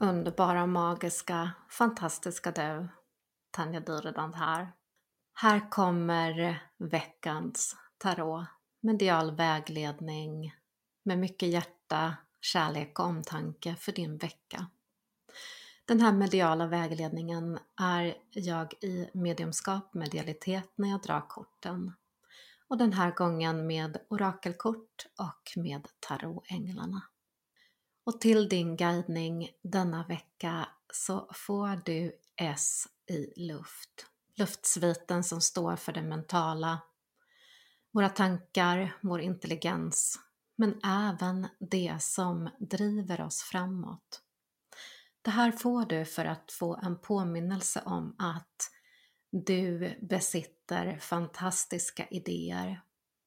Underbara, magiska, fantastiska du, Tanja Dyredand här. Här kommer veckans tarot, medial vägledning med mycket hjärta, kärlek och omtanke för din vecka. Den här mediala vägledningen är jag i mediumskap, medialitet när jag drar korten. Och den här gången med orakelkort och med tarotänglarna. Och till din guidning denna vecka så får du S i luft. Luftsviten som står för det mentala, våra tankar, vår intelligens, men även det som driver oss framåt. Det här får du för att få en påminnelse om att du besitter fantastiska idéer.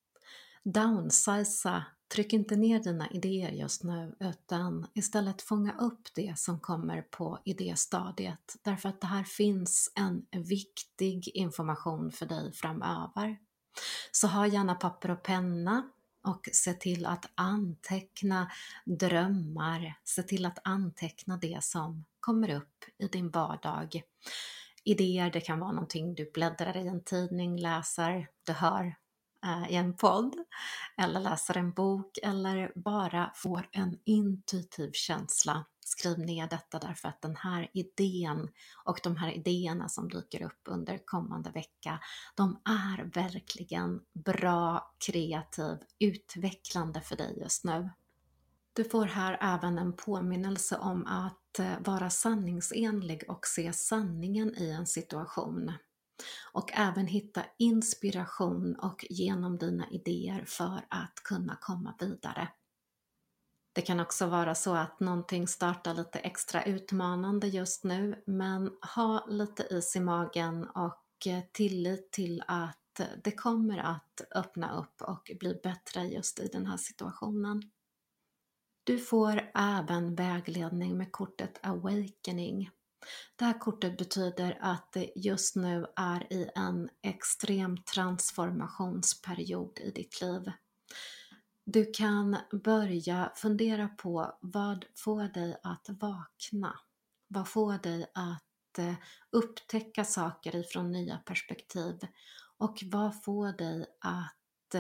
Downsiza, tryck inte ner dina idéer just nu utan istället fånga upp det som kommer på idéstadiet därför att det här finns en viktig information för dig framöver. Så ha gärna papper och penna och se till att anteckna drömmar, se till att anteckna det som kommer upp i din vardag. Idéer, det kan vara någonting du bläddrar i en tidning, läser, du hör i en podd eller läser en bok eller bara får en intuitiv känsla. Skriv ner detta därför att den här idén och de här idéerna som dyker upp under kommande vecka, de är verkligen bra, kreativ, utvecklande för dig just nu. Du får här även en påminnelse om att vara sanningsenlig och se sanningen i en situation. Och även hitta inspiration och genom dina idéer för att kunna komma vidare. Det kan också vara så att någonting startar lite extra utmanande just nu, men ha lite is i magen och tillit till att det kommer att öppna upp och bli bättre just i den här situationen. Du får även vägledning med kortet Awakening. Det här kortet betyder att det just nu är i en extrem transformationsperiod i ditt liv. Du kan börja fundera på vad får dig att vakna? Vad får dig att upptäcka saker ifrån nya perspektiv? Och vad får dig att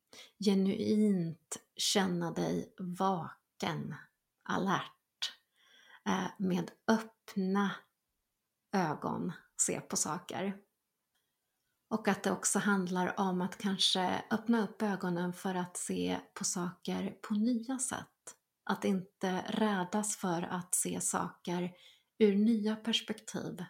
genuint känna dig vaken, alert, med öppna ögon se på saker. Och att det också handlar om att kanske öppna upp ögonen för att se på saker på nya sätt. Att inte rädas för att se saker ur nya perspektiv.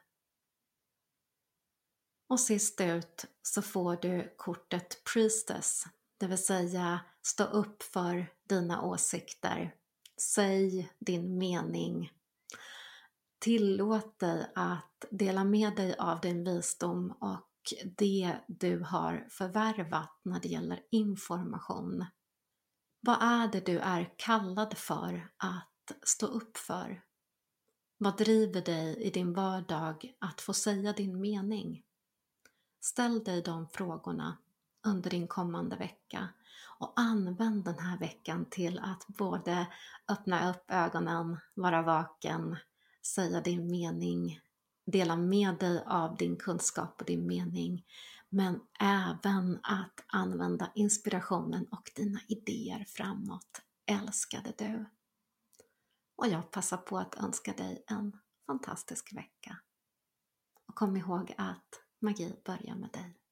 Och sist ut så får du kortet Priestess, det vill säga stå upp för dina åsikter. Säg din mening. Tillåt dig att dela med dig av din visdom och det du har förvärvat när det gäller information. Vad är det du är kallad för att stå upp för? Vad driver dig i din vardag att få säga din mening? Ställ dig de frågorna under din kommande vecka och använd den här veckan till att både öppna upp ögonen, vara vaken, säga din mening, dela med dig av din kunskap och din mening, men även att använda inspirationen och dina idéer framåt. Älskade du! Och jag passar på att önska dig en fantastisk vecka. Och kom ihåg att magi börjar med dig.